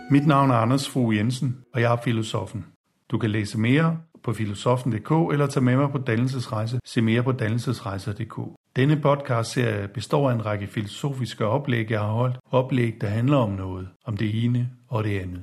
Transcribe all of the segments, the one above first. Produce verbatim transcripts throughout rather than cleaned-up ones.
Mit navn er Anders Fogh Jensen, og jeg er filosofen. Du kan læse mere på filosofen punktum d k eller tage med mig på dannelsesrejse. Se mere på dannelsesrejser punktum d k. Denne podcast-serie består af en række filosofiske oplæg, jeg har holdt. Oplæg, der handler om noget, om det ene og det andet.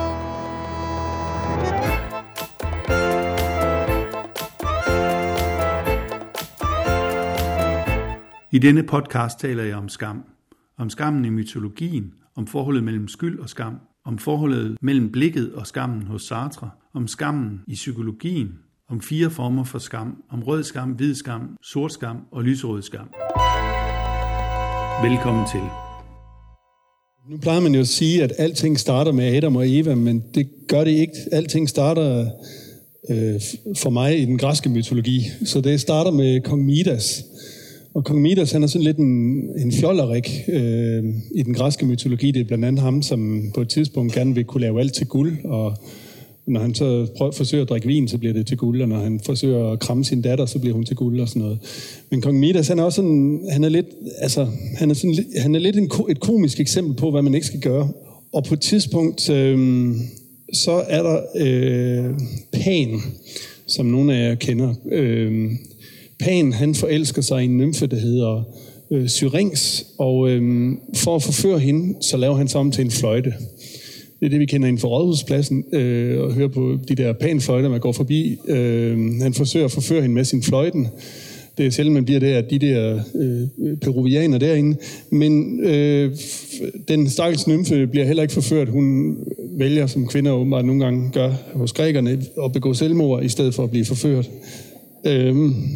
I denne podcast taler jeg om skam. Om skammen i mytologien, om forholdet mellem skyld og skam, om forholdet mellem blikket og skammen hos Sartre, om skammen i psykologien, om fire former for skam, om rød skam, hvid skam, sort skam og lyserød skam. Velkommen til. Nu plejer man jo at sige, at alting starter med Adam og Eva, men det gør det ikke. Alting starter øh, for mig i den græske mytologi, så det starter med kong Midas. Og kong Midas, han er sådan lidt en, en fjollerik øh, i den græske mytologi. Det er blandt andet ham, som på et tidspunkt gerne vil kunne lave alt til guld, og når han så prøver, forsøger at drikke vin, så bliver det til guld, og når han forsøger at kramme sin datter, så bliver hun til guld og sådan noget. Men kong Midas, han er også sådan, han er lidt, altså, han er sådan, han er lidt en, et komisk eksempel på, hvad man ikke skal gøre. Og på et tidspunkt, øh, så er der øh, Pan, som nogle af jer kender. Øh, Pan, han forelsker sig i en nymfe, der hedder øh, Syrinx, og øh, for at forføre hende, så laver han sig om til en fløjte. Det er det, vi kender inden for Rådhuspladsen, øh, og hører på de der panfløjter, man går forbi. Øh, han forsøger at forføre hende med sin fløjten. Det er sjældent, man bliver der, de der øh, peruvianer derinde. Men øh, den stakkels nymfe bliver heller ikke forført. Hun vælger, som kvinder åbenbart nogle gange gør hos grækerne, at begå selvmord, i stedet for at blive forført. Øh,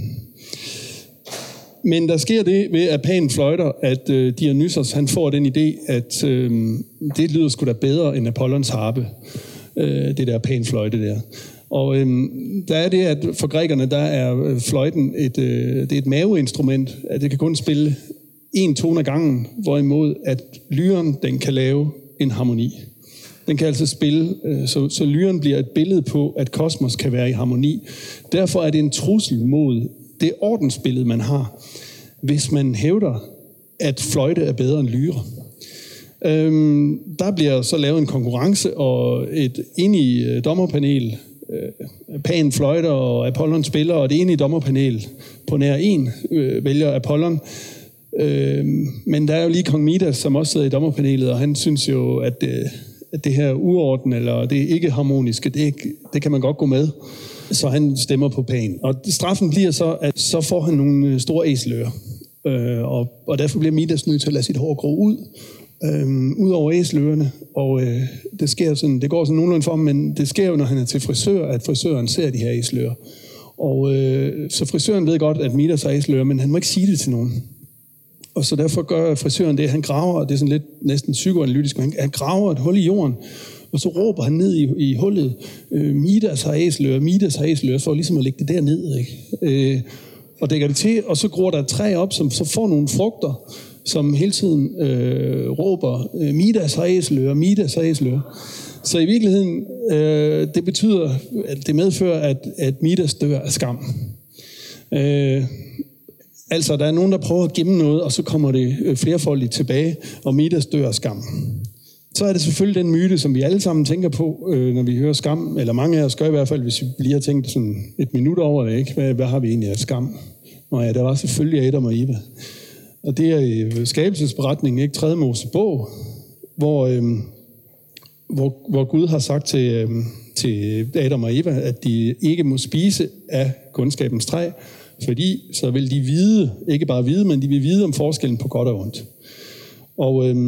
Men der sker det ved, at Pan fløjter, at øh, Dionysos, han får den idé, at øh, det lyder sgu da bedre end Apollons harpe, øh, det der Pan fløjte der. Og øh, der er det, at for grækerne, der er fløjten et, øh, det er et maveinstrument, at det kan kun spille en tone ad gangen, hvorimod at lyren, den kan lave en harmoni. Den kan altså spille, øh, så, så lyren bliver et billede på, at kosmos kan være i harmoni. Derfor er det en trussel mod det ordensbillede, man har, hvis man hævder, at fløjte er bedre end lyre. Øhm, der bliver så lavet en konkurrence, og et enige dommerpanel, øh, Pan fløjter og Apollon spiller, og det enige dommerpanel på nær en øh, vælger Apollon. Øhm, men der er jo lige kong Midas, som også sidder i dommerpanelet, og han synes jo, at, øh, at det her uorden, eller det ikke harmoniske, det, det kan man godt gå med. Så han stemmer på Pan. Og straffen bliver så, at så får han nogle store æselører. Øh, og, og derfor bliver Midas nødt til at lade sit hår gro ud, øh, ud over æselørerne. Og øh, det sker sådan, det går sådan nogenlunde for ham, men det sker jo, når han er til frisør, at frisøren ser de her æselører. Og øh, så frisøren ved godt, at Midas har æselører, men han må ikke sige det til nogen. Og så derfor gør frisøren det, han graver, og det er sådan lidt næsten psykoanalytisk, han, han graver et hul i jorden, og så råber han ned i, i hullet, øh, Midas har æselører, Midas har æselører, for ligesom at lægge det der ned, ikke? Øh, og dækker det til, og så gror der et træ op, som så får nogle frugter, som hele tiden øh, råber, øh, Midas har æselører, Midas har æselører. Så i virkeligheden, øh, det betyder, at det medfører, at, at Midas dør af skam. Øh, altså, der er nogen, der prøver at gemme noget, og så kommer det flerfoldigt tilbage, og Midas dør af skam. Så er det selvfølgelig den myte, som vi alle sammen tænker på, øh, når vi hører skam, eller mange af os gør i hvert fald, hvis vi lige har tænkt sådan et minut over det, ikke? Hvad, hvad har vi egentlig af skam? Nå ja, der var selvfølgelig Adam og Eva. Og det er i skabelsesberetningen, ikke? Tredje Mosebog, hvor, øh, hvor, hvor Gud har sagt til, øh, til Adam og Eva, at de ikke må spise af kundskabens træ, fordi så vil de vide, ikke bare vide, men de vil vide om forskellen på godt og ondt. Og øh,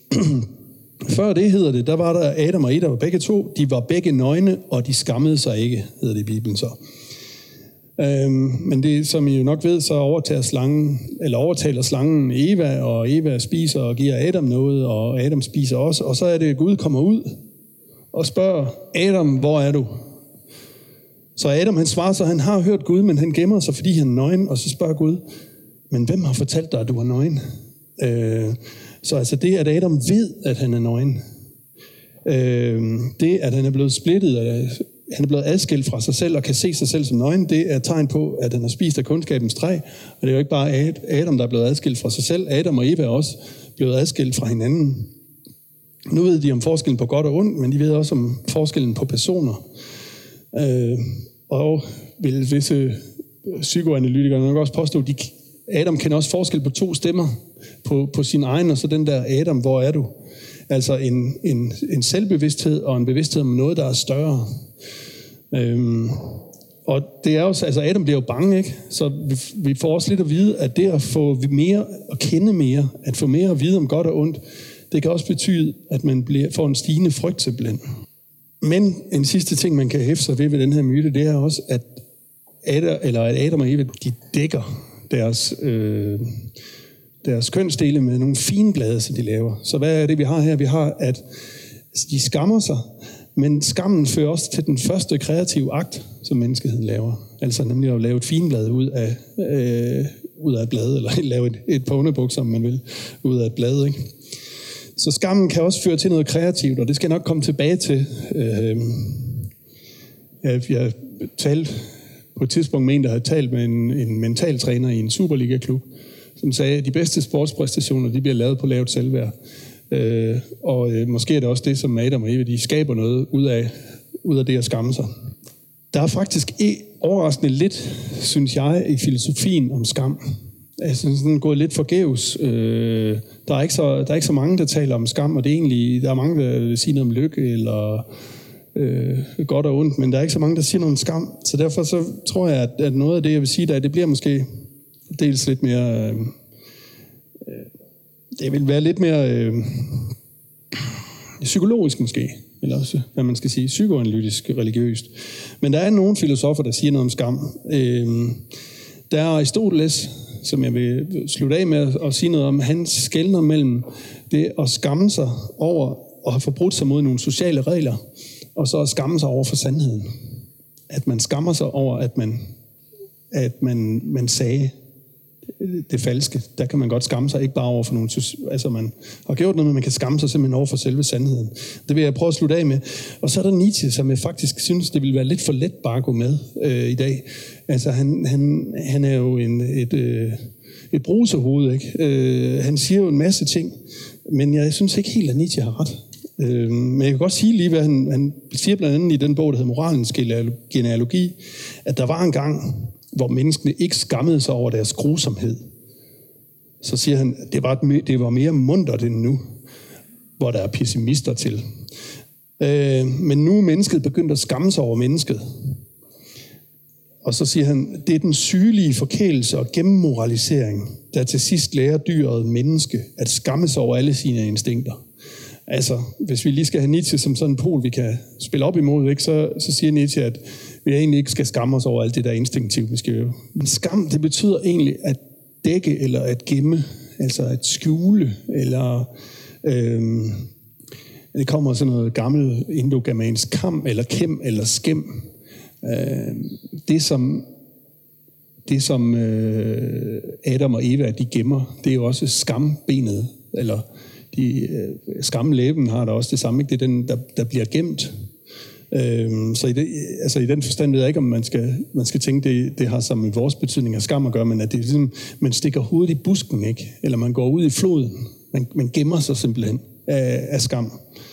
før det hedder det, der var der Adam og Eva, begge to, de var begge nøgne, og de skammede sig ikke, hedder det i Bibelen så. Øhm, men det, som I jo nok ved, så overtager slangen, eller overtaler slangen Eva, og Eva spiser og giver Adam noget, og Adam spiser også, og så er det, Gud kommer ud og spørger, Adam, hvor er du? Så Adam, han svarer så, han har hørt Gud, men han gemmer sig, fordi han er nøgen, og så spørger Gud, men hvem har fortalt dig, at du er nøgen? Øh, Så altså det, at Adam ved, at han er nøgen, øh, det, at han er blevet splittet, at han er blevet adskilt fra sig selv og kan se sig selv som nøgen, det er tegn på, at han har spist af kundskabens træ. Og det er jo ikke bare Adam, der er blevet adskilt fra sig selv. Adam og Eva er også blevet adskilt fra hinanden. Nu ved de om forskellen på godt og ondt, men de ved også om forskellen på personer. Øh, og vil visse psykoanalytikere nok også påstå, at de, Adam kender også forskel på to stemmer, på, på sin egen, og så den der Adam, hvor er du? Altså en, en, en selvbevidsthed og en bevidsthed om noget, der er større. Øhm, og det er også, altså Adam bliver jo bange, ikke? Så vi, vi får også lidt at vide, at det at få mere, at kende mere, at få mere at vide om godt og ondt, det kan også betyde, at man bliver, får en stigende frygt simpelthen. Men en sidste ting, man kan hæfte sig ved ved den her myte, det er også, at Adam, eller at Adam og Eva, de dækker deres, øh, deres kønsdele med nogle fine blade, som de laver. Så hvad er det, vi har her? Vi har, at de skammer sig, men skammen fører også til den første kreative akt, som menneskeheden laver. Altså nemlig at lave et finblad ud af, øh, ud af et blad, eller lave et, et pånebuk, som man vil, ud af et blad, ikke? Så skammen kan også føre til noget kreativt, og det skal jeg nok komme tilbage til. Øh, jeg, jeg talte på et tidspunkt med en, der havde talt med en, en mentaltræner i en Superliga-klub, som sagde, at de bedste sportspræstationer, de bliver lavet på lavt selvværd. Øh, og øh, måske er det også det, som Adam og Eva, de skaber noget ud af, ud af det at skamme sig. Der er faktisk overraskende lidt, synes jeg, i filosofien om skam. Jeg synes, den er gået lidt forgæves. Øh, der, er ikke så, der er ikke så mange, der taler om skam, og det er egentlig, der er mange, der siger noget om lykke, eller øh, godt og ondt, men der er ikke så mange, der siger noget om skam. Så derfor så tror jeg, at, at noget af det, jeg vil sige, der, det bliver måske dels lidt mere... Øh, det vil være lidt mere øh, psykologisk måske, eller også, hvad man skal sige, psykoanalytisk, religiøst. Men der er nogle filosofer, der siger noget om skam. Øh, der er Aristoteles, som jeg vil slutte af med at sige noget om, han skelner mellem det at skamme sig over og have forbrudt sig mod nogle sociale regler, og så at skamme sig over for sandheden. At man skammer sig over, at man, at man, man sagde det falske. Der kan man godt skamme sig, ikke bare over for nogle... Altså man har gjort noget, men man kan skamme sig simpelthen over for selve sandheden. Det vil jeg prøve at slutte af med. Og så er der Nietzsche, som jeg faktisk synes, det ville være lidt for let bare at gå med øh, i dag. Altså han, han, han er jo en, et, øh, et brusehoved, ikke? Øh, han siger jo en masse ting, men jeg synes ikke helt, at Nietzsche har ret. Øh, men jeg kan godt sige lige, hvad han, han siger blandt andet i den bog, der hedder Moralens genealogi, at der var en gang, hvor menneskene ikke skammede sig over deres grusomhed. Så siger han, at det var, det var mere muntert end nu, hvor der er pessimister til. Øh, men nu er mennesket begyndt at skamme sig over mennesket. Og så siger han, det er den sygelige forkælelse og gennemmoralisering, der til sidst lærer dyret menneske at skamme sig over alle sine instinkter. Altså, hvis vi lige skal have Nietzsche som sådan en pol, vi kan spille op imod, ikke, så, så siger Nietzsche, at vi egentlig ikke skal skamme os over alt det, der er instinktivt, vi skal gøre. Men skam, det betyder egentlig at dække eller at gemme, altså at skjule, eller øhm, det kommer sådan noget gammel indogermansk kam, eller kem, eller skem. Øh, det som, det som øh, Adam og Eva, de gemmer, det er jo også skambenet, eller de, øh, skamlæben har der også det samme, ikke? Det er den, der, der bliver gemt. Øhm, så i, det, altså i den forstand ved jeg ikke, om man skal, man skal tænke, det, det har sammen med vores betydning af skam at gøre, men at det er ligesom, man stikker hovedet i busken, ikke? Eller man går ud i floden. Man, man gemmer sig simpelthen af, af skam.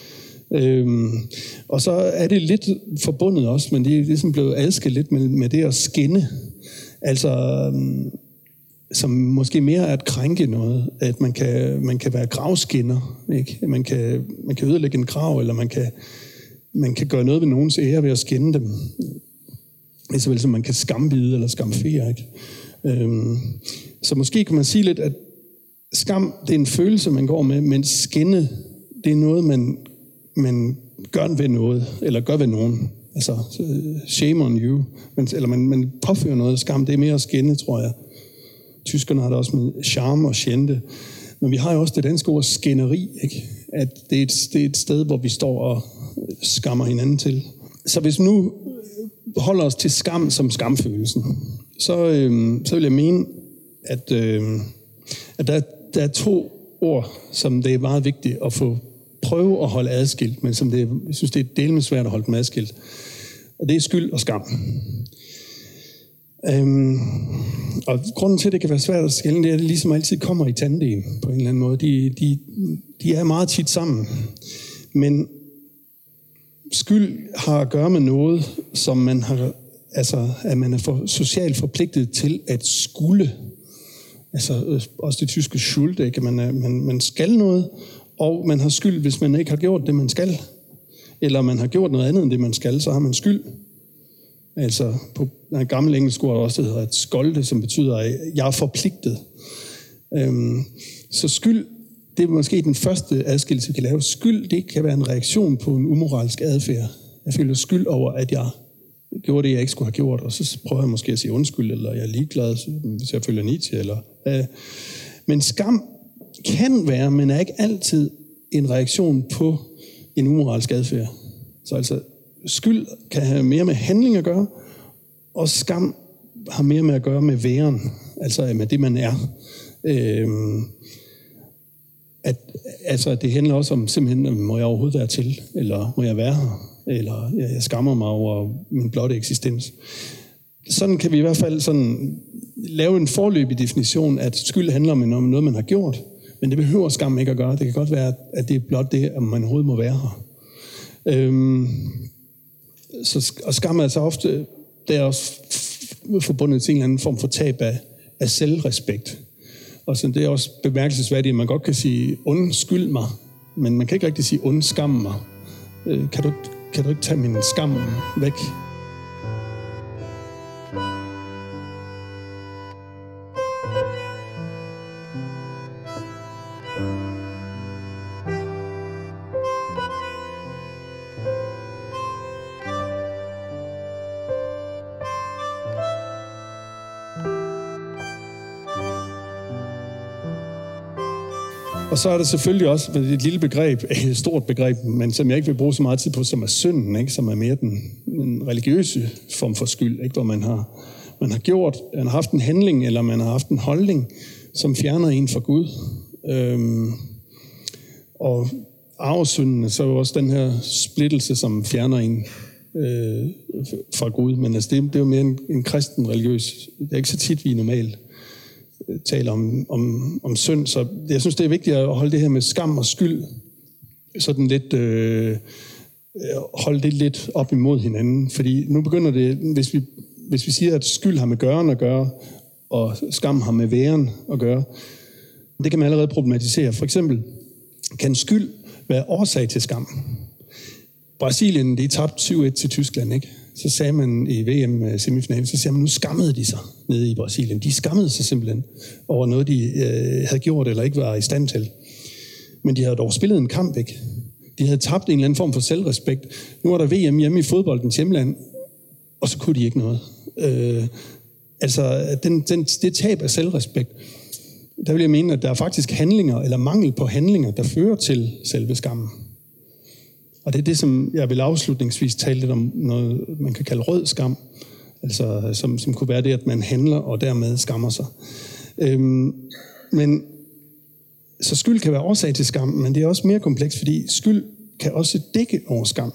Øhm, og så er det lidt forbundet også, men det er ligesom blevet adskilt lidt med, med det at skinne. Altså... Øhm, som måske mere er at krænke noget, at man kan, man kan være gravskinner, ikke? Man kan, man kan ødelægge en grav, eller man kan, man kan gøre noget ved nogens ære ved at skænde dem. Det er så vel som man kan skambide eller skamfere, ikke? Øhm, så måske kan man sige lidt, at skam, det er en følelse, man går med, men skænde, det er noget, man, man gør ved noget, eller gør ved nogen. Altså, shame on you. Man, eller man, man påfører noget skam, det er mere at skænde, tror jeg. Tyskerne har det også med charme og schænde. Men vi har jo også det danske ord skænderi, ikke? At det er, et, det er et sted, hvor vi står og skammer hinanden til. Så hvis vi nu holder os til skam som skamfølelsen, så, øhm, så vil jeg mene, at, øhm, at der, der er to ord, som det er meget vigtigt at få prøve at holde adskilt, men som det, jeg synes, det er delvis svært at holde dem adskilt. Og det er skyld og skam. Øhm, og grunden til, at det kan være svært at skelne, det er, at det ligesom altid kommer i tandem på en eller anden måde. De, de, de er meget tit sammen. Men skyld har at gøre med noget, som man har, altså at man er for socialt forpligtet til at skulle. Altså også det tyske Schuld, ikke? Man, er, man, man skal noget, og man har skyld, hvis man ikke har gjort det, man skal. Eller man har gjort noget andet end det, man skal, så har man skyld. Altså på en gammel engelsk ord også, der hedder et skolde, som betyder, at jeg er forpligtet. Øhm, så skyld, det er måske den første adskillelse, vi kan lave. Skyld, det kan være en reaktion på en umoralsk adfærd. Jeg føler skyld over, at jeg gjorde det, jeg ikke skulle have gjort, og så prøver jeg måske at sige undskyld, eller jeg er ligeglad, hvis jeg føler Nietzsche. Eller, øh. Men skam kan være, men er ikke altid en reaktion på en umoralsk adfærd. Så altså, skyld kan have mere med handling at gøre, og skam har mere med at gøre med væren, altså med det, man er. Øhm, at, altså, det handler også om simpelthen, må jeg overhovedet være til, eller må jeg være her, eller jeg skammer mig over min blotte eksistens. Sådan kan vi i hvert fald sådan lave en foreløbig definition, at skyld handler om noget, man har gjort, men det behøver skam ikke at gøre. Det kan godt være, at det er blot det, at man overhovedet må være her. Øhm, så, og skam er altså ofte, det er også forbundet til en eller anden form for tab af, af selvrespekt. Og så det er også bemærkelsesværdigt, at man godt kan sige, undskyld mig, men man kan ikke rigtig sige, undskam mig. Øh, kan, du, kan du ikke tage min skam væk? Og så er der selvfølgelig også et lille begreb, et stort begreb, men som jeg ikke vil bruge så meget tid på, som er synden, ikke? Som er mere den, den religiøse form for skyld, ikke? Hvor man har, man har gjort, man har haft en handling, eller man har haft en holdning, som fjerner en fra Gud. Øhm, og arvesynden er så også den her splittelse, som fjerner en øh, fra Gud. Men altså, det, det er jo mere en, en kristen religiøs. Det er ikke så tit, vi er normalt taler om, om, om synd, så jeg synes, det er vigtigt at holde det her med skam og skyld sådan lidt, øh, holde det lidt op imod hinanden, fordi nu begynder det, hvis vi, hvis vi siger, at skyld har med gøren at gøre, og skam har med væren at gøre, det kan man allerede problematisere. For eksempel, kan skyld være årsag til skam? Brasilien, de tabte syv et til Tyskland, ikke? Så sagde man i V M-semifinalen, så sagde man, nu skammede de sig nede i Brasilien. De skammede sig simpelthen over noget, de øh, havde gjort eller ikke var i stand til. Men de havde dog spillet en kamp, ikke? De havde tabt en eller anden form for selvrespekt. Nu var der V M hjemme i fodboldens hjemland, og så kunne de ikke noget. Øh, altså, den, den, det tab af selvrespekt, der vil jeg mene, at der er faktisk handlinger, eller mangel på handlinger, der fører til selve skammen. Og det er det, som jeg vil afslutningsvis tale lidt om, noget man kan kalde rød skam, altså som, som kunne være det, at man handler og dermed skammer sig. Øhm, men så skyld kan være årsag til skam, men det er også mere komplekst, fordi skyld kan også dække over skam.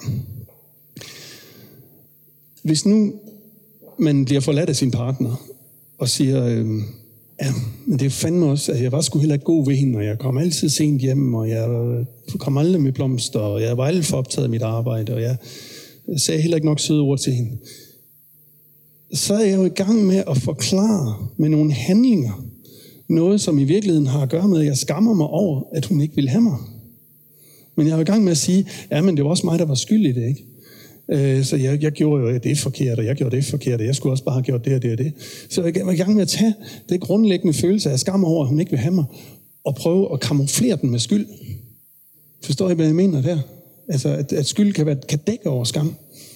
Hvis nu man bliver forladt af sin partner og siger, øhm, ja, men det er fandme også, at jeg var sgu heller ikke god ved hende, og jeg kom altid sent hjem, og jeg kom aldrig med blomster, og jeg var alt for optaget af mit arbejde, og jeg sagde heller ikke nok søde ord til hende. Så er jeg jo i gang med at forklare med nogle handlinger, noget som i virkeligheden har at gøre med, at jeg skammer mig over, at hun ikke ville have mig. Men jeg er jo i gang med at sige, ja, men det var også mig, der var skyld i det, ikke? Så jeg, jeg gjorde jo det forkert, og jeg gjorde det forkert, og jeg skulle også bare have gjort det og det og det. Så jeg var i gang med at tage det grundlæggende følelse af skam over, at hun ikke vil have mig, og prøve at kamuflere den med skyld. Forstår I, hvad jeg mener der? Altså, at, at skyld kan, være, kan dække over skam.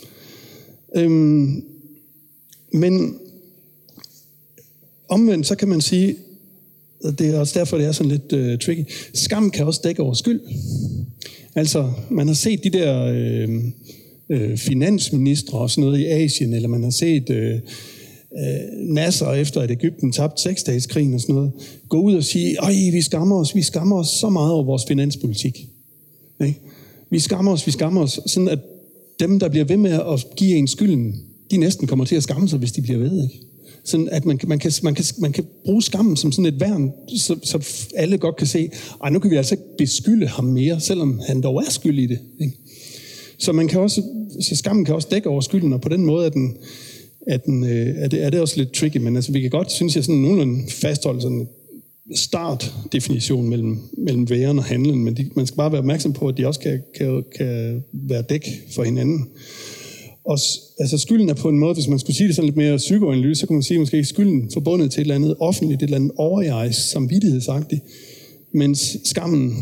Øhm, men omvendt, så kan man sige, og det er også derfor, det er sådan lidt øh, tricky, skam kan også dække over skyld. Altså, man har set de der Øh, finansministre og sådan noget i Asien, eller man har set øh, øh, Nasser efter, at Egypten tabte seksdageskrigen og sådan noget, gå ud og sige, øj, vi skammer os, vi skammer os så meget over vores finanspolitik. Ikke? Vi skammer os, vi skammer os, sådan at dem, der bliver ved med at give en skylden, de næsten kommer til at skamme sig, hvis de bliver ved. Ikke? Sådan at man, man, kan, man, kan, man kan bruge skammen som sådan et værn, så, så alle godt kan se, ej, nu kan vi altså ikke beskylde ham mere, selvom han dog er skyld i det. Ikke? Så, man kan også, så skammen kan også dække over skylden, og på den måde er, den, er, den, er, det, er det også lidt tricky, men altså, vi kan godt, synes jeg, sådan nogenlunde fastholde sådan en startdefinition mellem, mellem væren og handlen, men de, man skal bare være opmærksom på, at de også kan, kan, kan være dæk for hinanden. Og altså skylden er på en måde, hvis man skulle sige det sådan lidt mere psykoanalyse, så kan man sige måske skylden forbundet til et eller andet offentligt, et eller andet overjeg, samvittighedsagtigt, mens skammen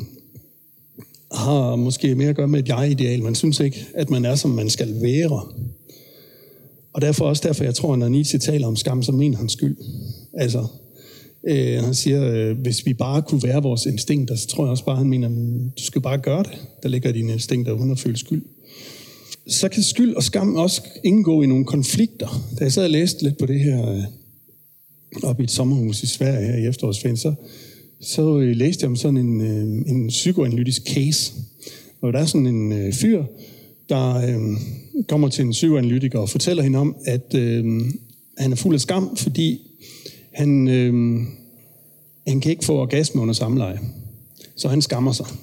har måske mere at gøre med et jeg-ideal. Man synes ikke, at man er, som man skal være. Og derfor også derfor, jeg tror, når Nietzsche taler om skam, så mener han skyld. Altså, øh, han siger, øh, hvis vi bare kunne være vores instinkter, så tror jeg også bare, han mener, du skal bare gøre det. Der ligger dine instinkter uden at føle skyld. Så kan skyld og skam også indgå i nogle konflikter. Da jeg sad og læste lidt på det her øh, op i et sommerhus i Sverige her i efterårsferien, så, så øh, læste jeg om sådan en, øh, en psykoanalytisk case, hvor der er sådan en øh, fyr, der øh, kommer til en psykoanalytiker og fortæller hende om, at øh, han er fuld af skam, fordi han, øh, han kan ikke få orgasme under samleje. Så han skammer sig.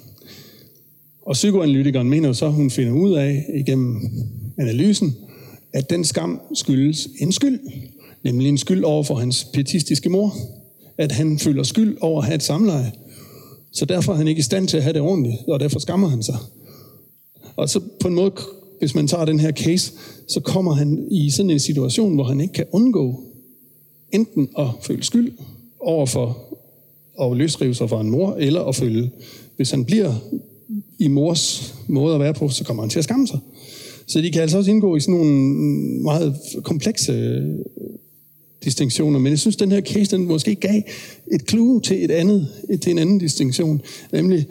Og psykoanalytikeren mener jo så, at hun finder ud af igennem analysen, at den skam skyldes en skyld. Nemlig en skyld over for hans pietistiske mor. At han føler skyld over at have et samleje. Så derfor er han ikke i stand til at have det ordentligt, og derfor skammer han sig. Og så på en måde, hvis man tager den her case, så kommer han i sådan en situation, hvor han ikke kan undgå enten at føle skyld over for at løsrive sig fra en mor, eller at føle, hvis han bliver i mors måde at være på, så kommer han til at skamme sig. Så de kan altså også indgå i sådan nogle meget komplekse distinktioner, men jeg synes, den her case, den måske gav et clue til, et andet, til en anden distinktion, nemlig,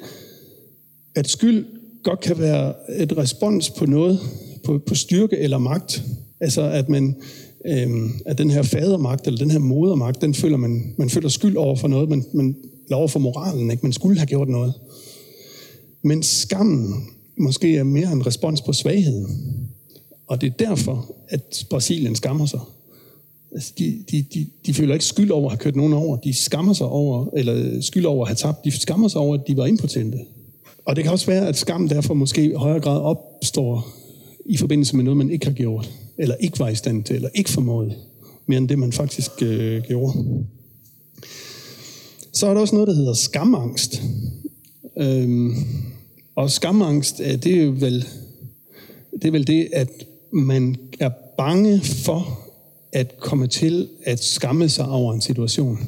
at skyld godt kan være et respons på noget, på, på styrke eller magt. Altså, at man, øhm, at den her fadermagt, eller den her modermagt, den føler man, man føler skyld over for noget, man, man over for moralen, ikke? Man skulle have gjort noget. Men skammen måske er mere en respons på svagheden. Og det er derfor, at Brasilien skammer sig. Altså, de, de, de, de føler ikke skyld over at have kørt nogen over. De skammer sig over, eller skyld over at have tabt. De skammer sig over, at de var impotente. Og det kan også være, at skam derfor måske i højere grad opstår i forbindelse med noget, man ikke har gjort. Eller ikke var i stand til, eller ikke formåede. Mere end det, man faktisk øh, gjorde. Så er der også noget, der hedder skamangst. Øhm, og skamangst, det er jo vel det, er vel det, at man er bange for at komme til at skamme sig over en situation.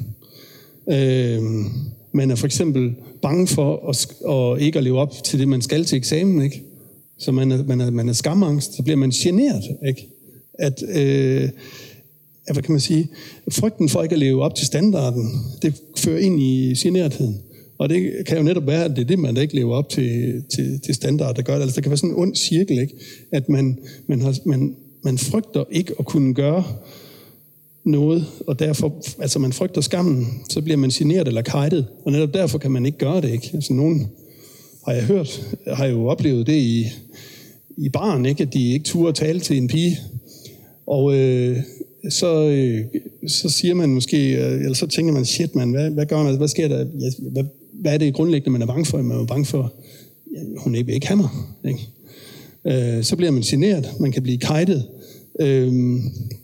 Øhm, man er for eksempel bange for at, at ikke at leve op til det, man skal til eksamen, ikke? Så man er, man er, man er skamangst, så bliver man generet, ikke? At, øh, hvad kan man sige, frygten for ikke at leve op til standarden, det fører ind i generetheden. Og det kan jo netop være, at det er det, man ikke lever op til, til, til standard, der gør det. Altså, der kan være sådan en ond cirkel, ikke? At man, man, har, man, man frygter ikke at kunne gøre noget, og derfor, altså man frygter skammen, så bliver man generet eller kajtet, og netop derfor kan man ikke gøre det, ikke? Altså, nogen har jeg hørt, har jo oplevet det i, i baren, ikke? At de ikke turde tale til en pige, og øh, så, øh, så siger man måske, eller så tænker man, shit man, hvad, hvad gør man, hvad sker der, ja, hvad, hvad er det grundlæggende, man er bange for? Man er bange for, ja, hun vil ikke have mig. Ikke? Øh, så bliver man generet, man kan blive kajtet. Øh,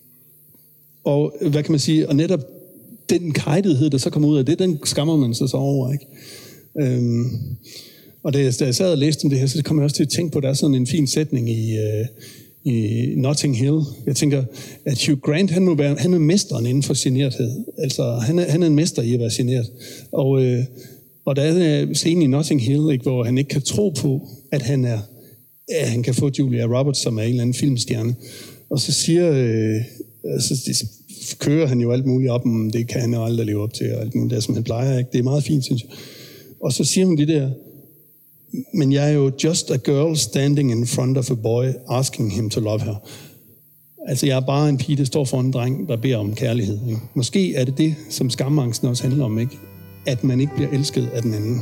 og hvad kan man sige, og netop den kajtethed, der så kommer ud af det, den skammer man sig så over. Ikke? Øh, og da jeg, da jeg sad og læste om det her, så kom jeg også til at tænke på, at der er sådan en fin sætning i, øh, i Notting Hill. Jeg tænker, at Hugh Grant, han, må være, han er mesteren inden for generthed. Altså, han er, han er en mester i at være generet. Og øh, Og der er en scene i Notting Hill, ikke, hvor han ikke kan tro på, at han er, at han kan få Julia Roberts, som er en eller anden filmstjerne. Og så siger, øh, så kører han jo alt muligt op, om det kan han jo aldrig leve op til, og alt muligt der, som han plejer. Ikke? Det er meget fint, synes jeg. Og så siger hun det der, men jeg er jo just a girl standing in front of a boy, asking him to love her. Altså, jeg er bare en pige, der står foran en dreng, der beder om kærlighed. Ikke? Måske er det det, som skamangsten også handler om, ikke? At man ikke bliver elsket af den anden.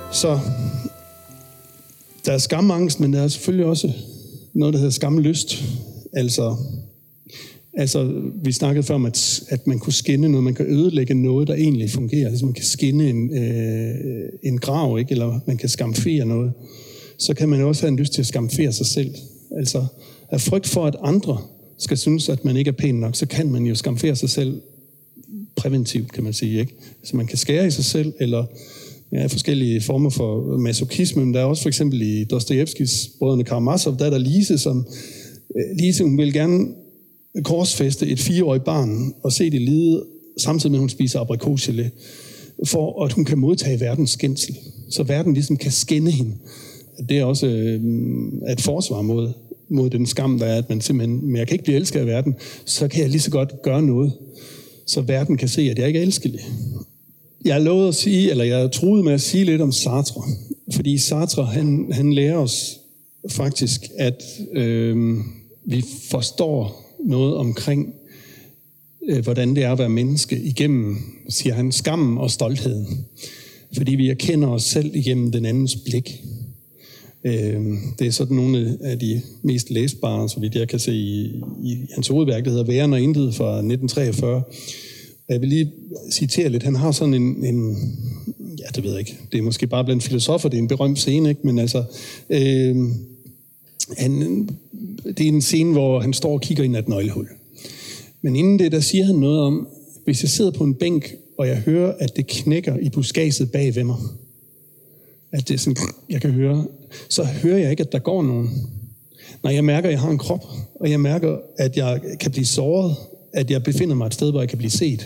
Så der er skamangst, men der er selvfølgelig også noget, der hedder skamlyst. Altså, altså vi snakkede før om, at, at man kunne skinne noget, man kan ødelægge noget, der egentlig fungerer. Altså man kan skinne en, øh, en grav, ikke? Eller man kan skamfere noget. Så kan man også have en lyst til at skamfere sig selv. Altså af frygt for, at andre skal synes, at man ikke er pæn nok, så kan man jo skamfere sig selv præventivt, kan man sige, ikke? Så man kan skære i sig selv, eller ja, forskellige former for masochisme. Men der er også for eksempel i Dostojevskis Brødrene Karamazov, der er der Lise, som Lise, hun vil gerne korsfæste et fireårigt barn og se det lide, samtidig med, at hun spiser aprikosgelé, for at hun kan modtage verdens skændsel. Så verden ligesom kan skænde hende. Det er også øh, et forsvar mod, mod den skam, der er, at man simpelthen, men jeg kan ikke blive elsket af verden, så kan jeg lige så godt gøre noget, så verden kan se, at jeg ikke er elskelig. Jeg har lovet at sige, eller jeg troede med at sige lidt om Sartre, fordi Sartre, han, han lærer os faktisk, at øh, vi forstår noget omkring, øh, hvordan det er at være menneske igennem, siger han, skammen og stoltheden. Fordi vi erkender os selv igennem den andens blik. Øh, det er sådan nogle af de mest læsbare, så vidt jeg kan se i, i hans hovedværk, der hedder Væren og Intet fra nitten treogfyrre. Jeg vil lige citere lidt. Han har sådan en, en ja, det ved jeg ikke. Det er måske bare blandt filosofer, det er en berømt scene, ikke? Men altså, øh, han, det er en scene, hvor han står og kigger ind ad et nøglehul. Men inden det, der siger han noget om, hvis jeg sidder på en bænk, og jeg hører, at det knækker i buskadset bag ved mig, at det er sådan, jeg kan høre, så hører jeg ikke, at der går nogen. Når jeg mærker, at jeg har en krop, og jeg mærker, at jeg kan blive såret, at jeg befinder mig et sted, hvor jeg kan blive set.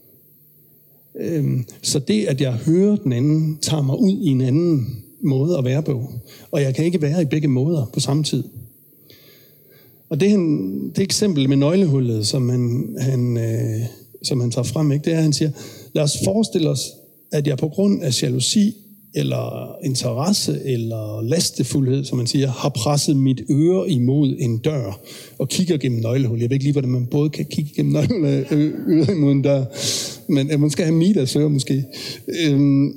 Øhm, så det, at jeg hører den anden, tager mig ud i en anden måde at være på. Og jeg kan ikke være i begge måder på samme tid. Og det, han, det eksempel med nøglehullet, som han, han, øh, som han tager frem, ikke, det er, at han siger, lad os forestille os, at jeg på grund af jalousi, eller interesse, eller lastefuldhed, som man siger, har presset mit øre imod en dør, og kigger gennem nøglehullet. Jeg ved ikke lige, hvordan man både kan kigge gennem nøglehullet og øre imod en dør, men man skal have Midas øre måske. Øhm,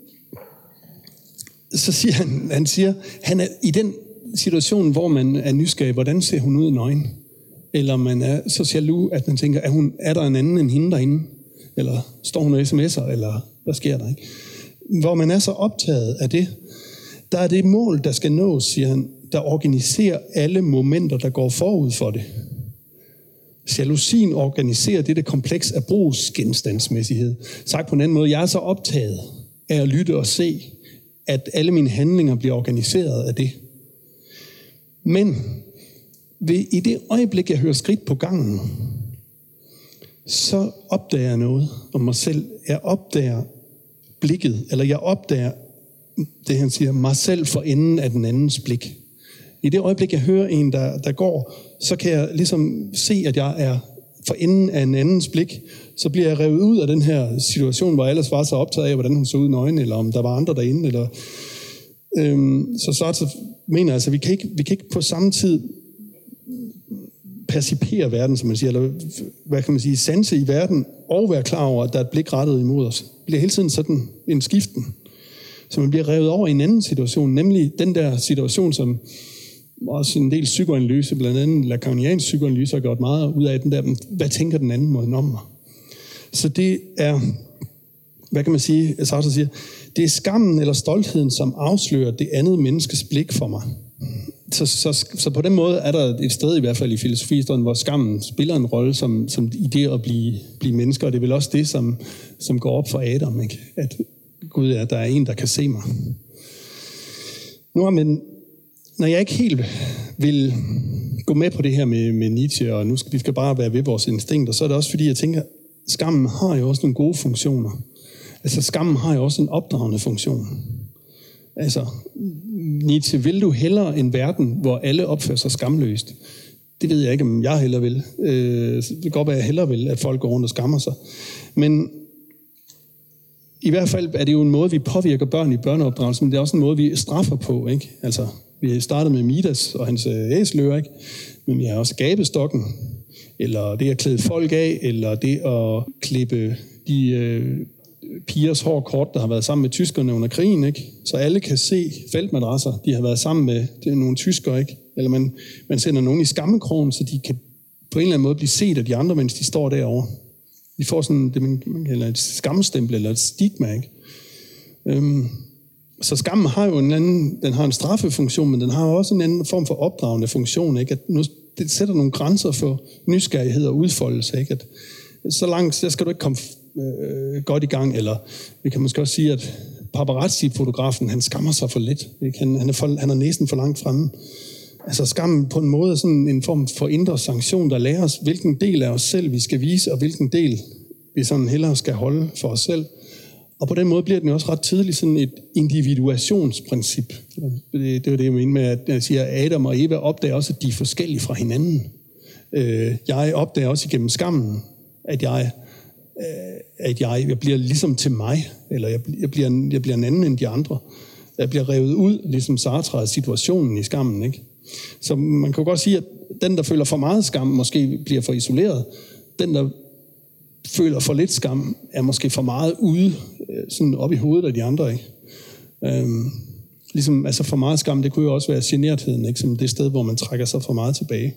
så siger han, han siger, han er i den situation, hvor man er nysgerrig, hvordan ser hun ud nøgen? Eller man er så jaloux, at man tænker, er, hun, er der en anden end hende derinde? Eller står hun og sms'er, eller hvad sker der, ikke? Hvor man er så optaget af det, der er det mål, der skal nås, siger han, der organiserer alle momenter, der går forud for det. Jalousien organiserer dette kompleks af brugsgenstandsmæssighed. Sagt på en anden måde, jeg er så optaget af at lytte og se, at alle mine handlinger bliver organiseret af det. Men ved, i det øjeblik, jeg hører skridt på gangen, så opdager jeg noget om mig selv. Jeg opdager blikket, eller jeg opdager det, han siger, mig selv for enden af den andens blik. I det øjeblik, jeg hører en, der, der går, så kan jeg ligesom se, at jeg er for enden af en andens blik. Så bliver jeg revet ud af den her situation, hvor jeg ellers var så optaget af, hvordan hun så ud i nøgen, eller om der var andre derinde. Eller, øhm, så så mener jeg, altså, vi kan ikke, vi kan ikke på samme tid percipere verden, som man siger, eller hvad kan man sige, sanse i verden, og være klar over, at der er et blik rettet imod os. Det bliver hele tiden sådan en skiften. Så man bliver revet over i en anden situation, nemlig den der situation, som også en del psykoanalyse, blandt andet lacaniansk psykoanalyse, har gjort meget ud af den der, hvad tænker den anden måde om mig? Så det er, hvad kan man sige, Sartre siger, det er skammen eller stoltheden, som afslører det andet menneskes blik for mig. Så, så, så på den måde er der et sted, i hvert fald i filosofihistorien, hvor skammen spiller en rolle som, som i det at blive, blive mennesker, og det er vel også det, som, som går op for Adam, ikke? At Gud er, der er en, der kan se mig. Nu, men når jeg ikke helt vil gå med på det her med, med Nietzsche, og nu skal vi skal bare være ved vores instinkter, så er det også fordi, jeg tænker, skammen har jo også nogle gode funktioner. Altså skammen har jo også en opdragende funktion. Altså, Nietzsche, vil du hellere en verden, hvor alle opfører sig skamløst? Det ved jeg ikke, om jeg hellere vil. Øh, det kan godt være, at jeg hellere vil, at folk går rundt og skammer sig. Men i hvert fald er det jo en måde, vi påvirker børn i børneopdragelsen, men det er også en måde, vi straffer på, ikke? Altså, vi startede med Midas og hans æseløer, ikke? Men vi har også gabestokken, eller det at klæde folk af, eller det at klippe de øh, pigers hår kort, der har været sammen med tyskerne under krigen, ikke? Så alle kan se feltmadrasser, de har været sammen med det er nogle tyskere, ikke? Eller man, man sender nogen i skammekrogen, så de kan på en eller anden måde blive set af de andre, mens de står derovre. De får sådan det, man, man kalder et skamstempel eller et stigma, ikke? Øhm, så skammen har jo en anden, den har en straffefunktion, men den har også en anden form for opdragende funktion, ikke? At nu, det sætter nogle grænser for nysgerrighed og udfoldelse, ikke? At så langt, der skal du ikke komme øh, godt i gang, eller vi kan måske også sige, at paparazzi-fotografen, han skammer sig for lidt, ikke? Han, han, er for, han er næsten for langt fremme. Altså skammen på en måde er sådan en form for indre sanktion, der lærer os, hvilken del af os selv vi skal vise, og hvilken del vi sådan hellere skal holde for os selv. Og på den måde bliver den jo også ret tidligt sådan et individuationsprincip. Det, det er jo det, jeg mener med, at jeg siger, at Adam og Eva opdager også, at de er forskellige fra hinanden. Jeg opdager også igennem skammen, at jeg, at jeg, jeg bliver ligesom til mig, eller jeg, jeg, bliver, jeg bliver en anden end de andre. Jeg bliver revet ud, ligesom Sartre, af situationen i skammen, ikke? Så man kan jo godt sige, at den, der føler for meget skam, måske bliver for isoleret. Den, der føler for lidt skam, er måske for meget ude, sådan op i hovedet af de andre, ikke? Øhm, ligesom, altså for meget skam, det kunne jo også være genertheden, ikke? Som det sted, hvor man trækker sig for meget tilbage.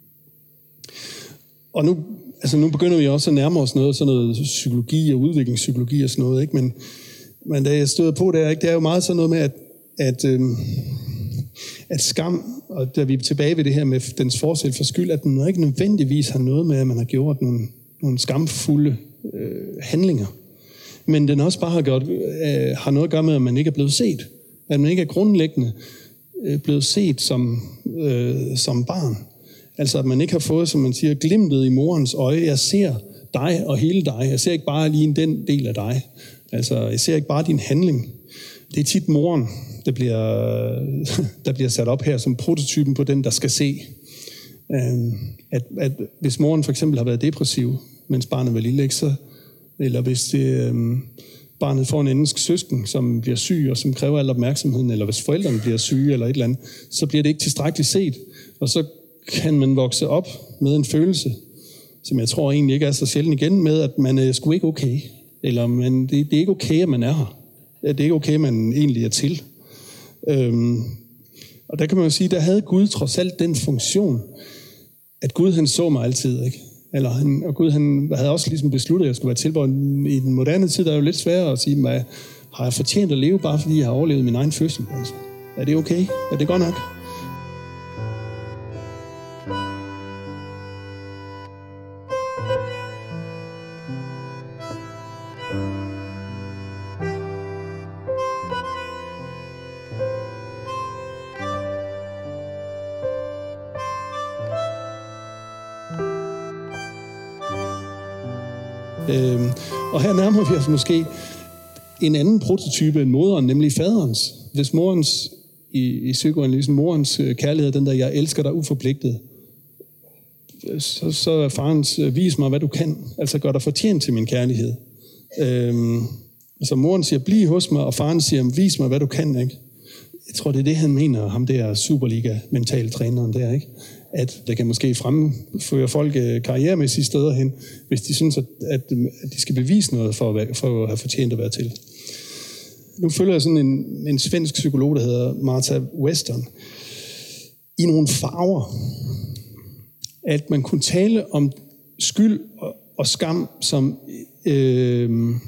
Og nu, altså nu begynder vi også at nærme os noget, sådan noget psykologi og udviklingspsykologi og sådan noget, ikke? Men, men da jeg stod på der, ikke? Det er jo meget sådan noget med, at, at, øhm, at skam, og da vi er tilbage ved det her med dens forsæt for skyld, at den ikke nødvendigvis har noget med, at man har gjort nogle, nogle skamfulde øh, handlinger. Men den også bare har, gjort, øh, har noget at gøre med, at man ikke er blevet set. At man ikke er grundlæggende øh, blevet set som, øh, som barn. Altså at man ikke har fået, som man siger, glimtet i morens øje. Jeg ser dig og hele dig. Jeg ser ikke bare lige den del af dig. Altså jeg ser ikke bare din handling. Det er tit moren, der bliver, der bliver sat op her som prototypen på den, der skal se. At, at hvis moren for eksempel har været depressiv, mens barnet var lille, ikke, så, eller hvis det, um, barnet får en engelsk søsken, som bliver syg og som kræver al opmærksomheden, eller hvis forældrene bliver syge eller et eller andet, så bliver det ikke tilstrækkeligt set. Og så kan man vokse op med en følelse, som jeg tror egentlig ikke er så sjældent igen, med at man er sgu ikke okay. Eller man, det, det er ikke okay, at man er her. Det er ikke okay, at man egentlig er til. Øhm, og der kan man jo sige, der havde Gud trods alt den funktion, at Gud han så mig altid, ikke? Eller han, og Gud han havde også ligesom besluttet, at jeg skulle være tilbøjet. I den moderne tid der er jo lidt sværere at sige, at har jeg fortjent at leve, bare fordi jeg har overlevet min egen fødsel? Altså, er det okay? Er det godt nok? Øhm, og her nærmer vi os måske en anden prototype end moderen, nemlig faderens. Hvis morens, i, i psykoanalysen, morens kærlighed, den der, jeg elsker dig uforpligtet, så, så er farens, vis mig, hvad du kan, altså gør dig fortjent til min kærlighed. Øhm, altså moren siger, bliv hos mig, og faren siger, vis mig, hvad du kan, ikke? Jeg tror, det er det, han mener, ham der Superliga-mentaltræneren der, ikke? At det kan måske fremføre folk karrieremæssige steder hen, hvis de synes, at, at de skal bevise noget for at, være, for at have fortjent at være til. Nu følger jeg sådan en, en svensk psykolog, der hedder Martha Weston, i nogle farver, at man kunne tale om skyld og, og skam som øh,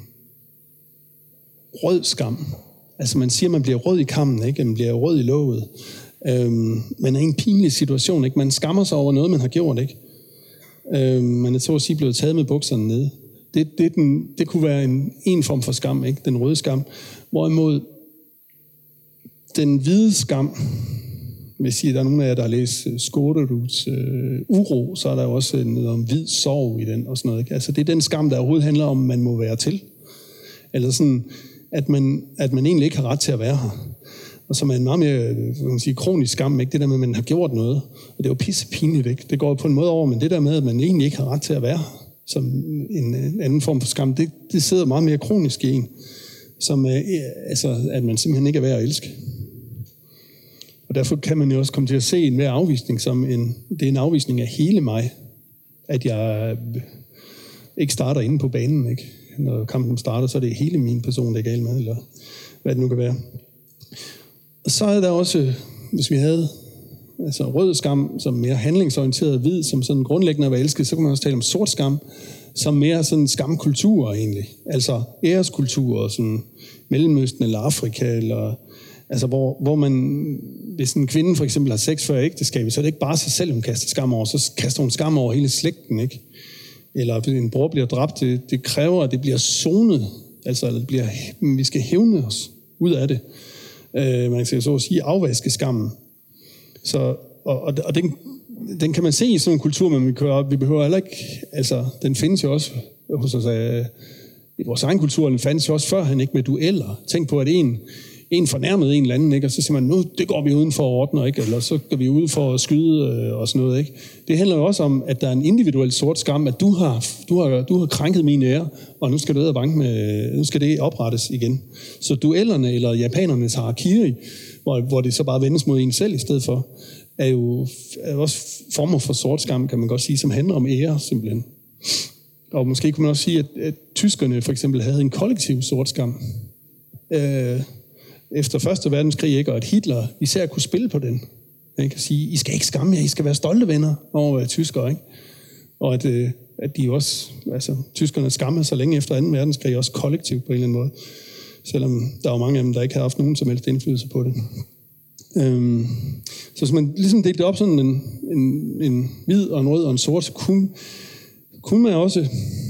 rød skam. Altså man siger, at man bliver rød i kammen, ikke? Man bliver rød i låget. Øhm, man er i en pinlig situation, ikke? Man skammer sig over noget, man har gjort, ikke? Øhm, man er så at sige blevet taget med bukserne nede. Det, det, den, det kunne være en, en form for skam, ikke? Den røde skam. Hvorimod den hvide skam, hvis I, der er nogen af jer, der har læst Skåderuds øh, uro, så er der jo også noget om hvid sorg i den og sådan noget, ikke? Altså det er den skam, der overhovedet handler om, man må være til. Eller sådan, at man, at man egentlig ikke har ret til at være her. Og som er en meget mere man sige, kronisk skam, ikke? Det der med, at man har gjort noget. Og det er jo pissepinligt, ikke? Det går på en måde over, men det der med, at man egentlig ikke har ret til at være her, som en, en anden form for skam, det, det sidder meget mere kronisk i en. Som er, altså, at man simpelthen ikke er værd at elske. Og derfor kan man jo også komme til at se en hver afvisning som en, det er en afvisning af hele mig. At jeg ikke starter inde på banen, ikke? når kampen starter, så er det hele min person, der er galt med, eller hvad det nu kan være. Og så er der også, hvis vi havde altså rød skam som mere handlingsorienteret, hvid som sådan grundlæggende at være elsket, så kan man også tale om sort skam, som mere sådan skamkultur egentlig. Altså æreskultur, sådan Mellemøsten eller Afrika, eller altså hvor, hvor man, hvis en kvinde for eksempel har sex før ægteskabet, så er det ikke bare sig selv, hun kaster skam over, så kaster hun skam over hele slægten, ikke? Eller hvis en bror bliver dræbt, det, det kræver, at det bliver sonet, altså det bliver, vi skal hævne os ud af det. Øh, man skal så at sige afvaske skammen. Så, og, og, og den, den kan man se i sådan en kultur, men vi, kører, vi behøver heller ikke, altså den findes jo også hos os, øh, i vores egen kultur, den fandt jo også førhen, ikke, med dueller. Tænk på, at en, en fornærmede en eller anden, ikke, og så siger man, nu det går vi uden for ordner, ikke, eller så går vi ud for at skyde øh, og sådan noget. Ikke. Det handler jo også om, at der er en individuel sort skam, at du har, du har, du har krænket min ære, og nu skal du ud og banke med, nu skal det oprettes igen. Så duellerne, eller japanernes harakiri, hvor, hvor det så bare vendes mod en selv i stedet for, er jo er også former for sort skam, kan man godt sige, som handler om ære simpelthen. Og måske kunne man også sige, at, at tyskerne for eksempel havde en kollektiv sort skam øh, efter første verdenskrig, ikke? Og at Hitler især kunne spille på den. Man kan sige, I skal ikke skamme jer, I skal være stolte venner over at tyskere, ikke? Og at, øh, at de også, altså tyskerne skammede sig længe efter anden verdenskrig, også kollektivt på en eller anden måde. Selvom der var mange af dem, der ikke havde haft nogen som helst indflydelse på det. Øhm, så hvis man ligesom delte det op sådan en, en, en hvid og en rød og en sort, så kunne, kunne man også,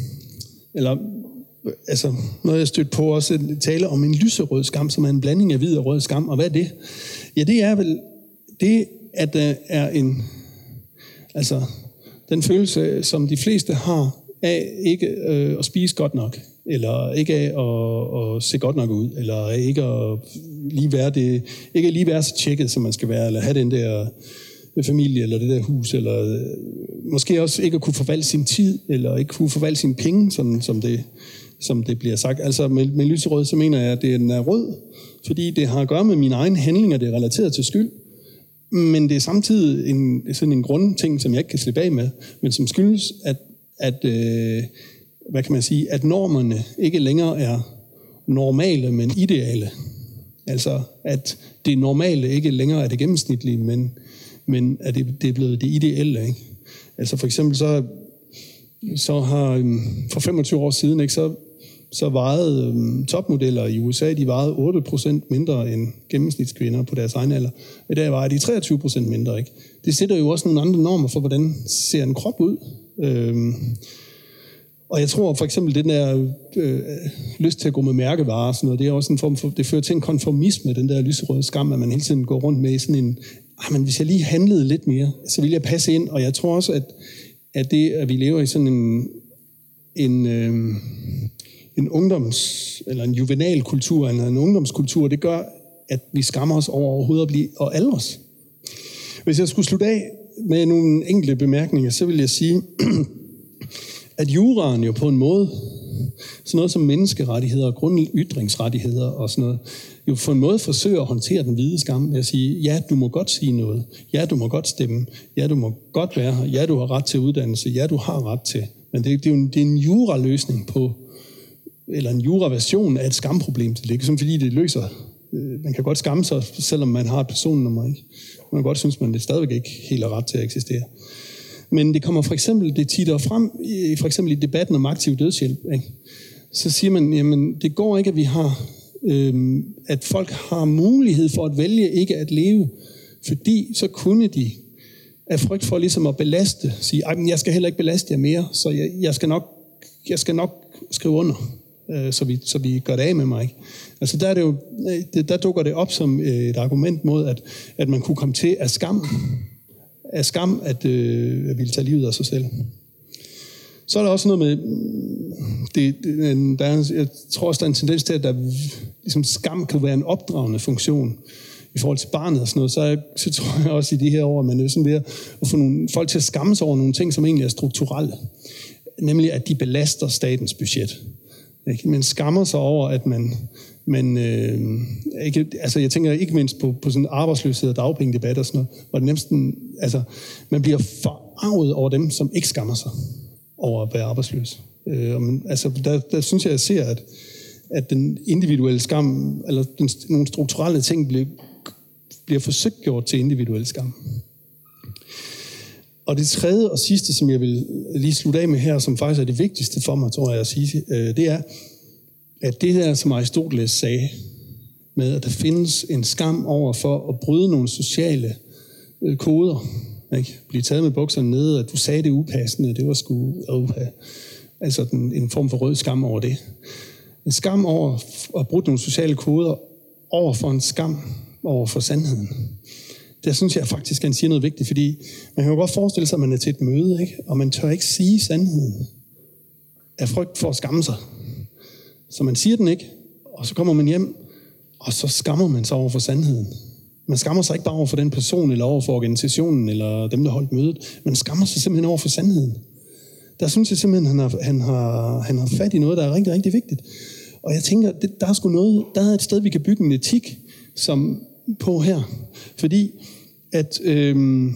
eller altså noget jeg stødte på også, tale om en lyserød skam, som er en blanding af hvid og rød skam. Og hvad er det? Ja, det er vel det, at der er en, altså den følelse, som de fleste har af ikke øh, at spise godt nok, eller ikke af at, at se godt nok ud, eller ikke at lige være det, ikke at lige være så tjekket, som man skal være, eller have den der familie, eller det der hus, eller måske også ikke at kunne forvalte sin tid, eller ikke kunne forvalte sine penge, sådan, som, det, som det bliver sagt. Altså med, med lyserød, så mener jeg, at den er rød, fordi det har at gøre med mine egne handlinger, det er relateret til skyld, men det er samtidig en, sådan en grundting, som jeg ikke kan slippe af med, men som skyldes, at, at øh, hvad kan man sige, at normerne ikke længere er normale, men ideale. Altså, at det normale ikke længere er det gennemsnitlige, men, men at det, det er blevet det ideelle, ikke? Altså for eksempel så, så har for femogtyve år siden, ikke, så, så vejede um, topmodeller i U S A, de vejede otte procent mindre end gennemsnitskvinder på deres egen alder. I dag vejer de treogtyve procent mindre, ikke? Det sætter jo også nogle andre normer for, hvordan ser en krop ud. Øhm, Og jeg tror for eksempel, den der øh, lyst til at gå med mærkevarer og sådan noget, det er også en form for, det fører til en konformisme, den der lyserøde skam, at man hele tiden går rundt med sådan en, ah, men hvis jeg lige handlede lidt mere, så ville jeg passe ind. Og jeg tror også, at, at det, at vi lever i sådan en, en, øh, en ungdoms, eller en juvenal kultur, eller en ungdomskultur, det gør, at vi skammer os over overhovedet at blive, og aldre os. Hvis jeg skulle slutte af med nogle enkelte bemærkninger, så vil jeg sige, at juraen jo på en måde, sådan noget som menneskerettigheder og grundytringsrettigheder og sådan noget, jo på en måde forsøger at håndtere den hvide skam ved at sige, ja, du må godt sige noget, ja, du må godt stemme, ja, du må godt være her, ja, du har ret til uddannelse, ja, du har ret til. Men det, det er jo en, det er en juraløsning på, eller en juraversion af et skamproblem. Det er ikke som fordi, det løser. Man kan godt skamme sig, selvom man har et personnummer, ikke? Man kan godt synes, man det stadigvæk ikke helt har ret til at eksistere. Men det kommer for eksempel, det titter frem, for eksempel i debatten om aktiv dødshjælp, ikke? Så siger man, jamen det går ikke, at vi har, øhm, at folk har mulighed for at vælge ikke at leve, fordi så kunne de af frygt for ligesom at belaste, sige, men jeg skal heller ikke belaste jer mere, så jeg, jeg, skal, nok, jeg skal nok skrive under, øh, så, vi, så vi gør det af med mig. Ikke? Altså der, er det jo, der dukker det op som et argument mod, at, at man kunne komme til af skam, af skam at, øh, at ville tage livet af sig selv. Så er der også noget med, det, det, der er, jeg tror også, der er en tendens til, at der, ligesom skam kan være en opdragende funktion i forhold til barnet og sådan noget. Så, så tror jeg også i de her år, at man er sådan ved at få nogle folk til at skamme sig over nogle ting, som egentlig er strukturelle. Nemlig, at de belaster statens budget. Man skammer sig over, at man... Men øh, ikke, altså jeg tænker ikke mindst på, på sådan arbejdsløshed og dagpengedebat og sådan noget, hvor det næsten, altså man bliver forarvet over dem, som ikke skammer sig over at være arbejdsløs. Øh, men, altså, der, der synes jeg, jeg ser, at, at den individuelle skam, eller den, nogle strukturelle ting, bliver, bliver forsøgt gjort til individuel skam. Og det tredje og sidste, som jeg vil lige slutte af med her, som faktisk er det vigtigste for mig, tror jeg at sige, øh, det er, at det der, som Aristoteles sagde, med at der findes en skam over for at bryde nogle sociale øh, koder, ikke? Blive taget med bukserne nede, at du sagde det upassende, det var sgu uh, altså den, en form for rød skam over det. En skam over at bryde nogle sociale koder over for en skam over for sandheden. Der synes jeg faktisk, at han siger noget vigtigt, fordi man kan jo godt forestille sig, at man er til et møde, ikke? Og man tør ikke sige sandheden af frygt for at skamme sig. Så man siger den ikke, og så kommer man hjem, og så skammer man sig over for sandheden. Man skammer sig ikke bare over for den person, eller over for organisationen, eller dem, der holdt mødet. Man skammer sig simpelthen over for sandheden. Der synes jeg simpelthen, han har, han har, han har fat i noget, der er rigtig, rigtig vigtigt. Og jeg tænker, det, der er sgu noget, der er et sted, vi kan bygge en etik som, på her. Fordi, at øhm,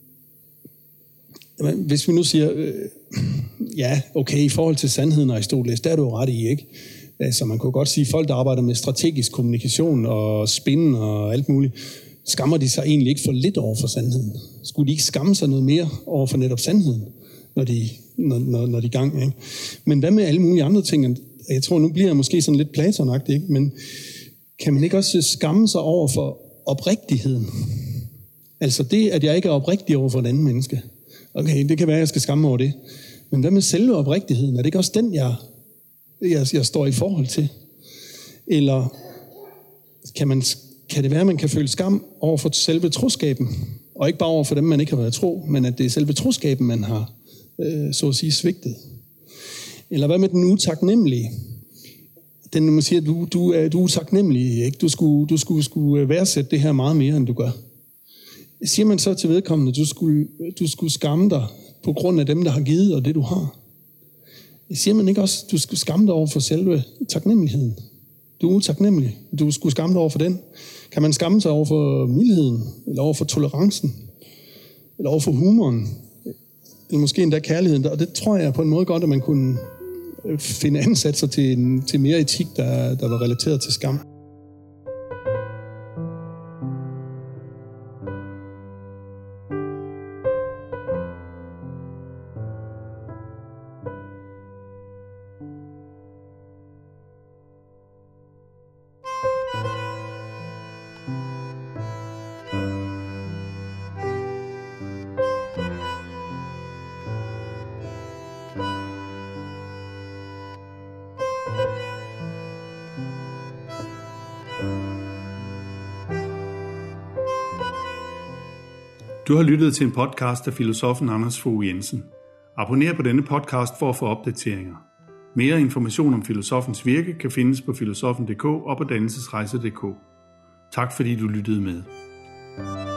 hvis vi nu siger, øh, ja, okay, i forhold til sandheden og Aristoteles, der er du jo ret i, ikke? Altså man kunne godt sige, at folk, der arbejder med strategisk kommunikation og spin og alt muligt, skammer de sig egentlig ikke for lidt over for sandheden. Skulle de ikke skamme sig noget mere over for netop sandheden, når de, når, når, når de er i gang? Ikke? Men hvad med alle mulige andre ting? Jeg tror, nu bliver jeg måske sådan lidt Platon-agtig, ikke? Men kan man ikke også skamme sig over for oprigtigheden? Altså det, at jeg ikke er oprigtig over for et andet menneske. Okay, det kan være, at jeg skal skamme over det. Men hvad med selve oprigtigheden? Er det ikke også den, jeg... Jeg, jeg står i forhold til? Eller kan, man, kan det være, at man kan føle skam over for selve troskaben? Og ikke bare over for dem, man ikke har været tro, men at det er selve troskaben, man har, øh, så at sige, svigtet. Eller hvad med den utaknemmelige? Den, man siger, du, du, er, du er utaknemmelig, ikke? Du skulle, du skulle, skulle værdsætte det her meget mere, end du gør. Siger man så til vedkommende, du skulle, du skulle skamme dig på grund af dem, der har givet, og det du har? Siger man ikke også, du skulle skamme dig over for selve taknemmeligheden? Du er utaknemmelig. Du skulle skamme dig over for den. Kan man skamme sig over for mildheden? Eller over for tolerancen? Eller over for humoren? Eller måske endda kærligheden? Og det tror jeg på en måde godt, at man kunne finde ansatser til, en, til mere etik, der, der var relateret til skam. Du har lyttet til en podcast af filosofen Anders Fogh Jensen. Abonner på denne podcast for at få opdateringer. Mere information om filosofens virke kan findes på filosofen punktum d k og på dannelsesrejser punktum d k. Tak fordi du lyttede med.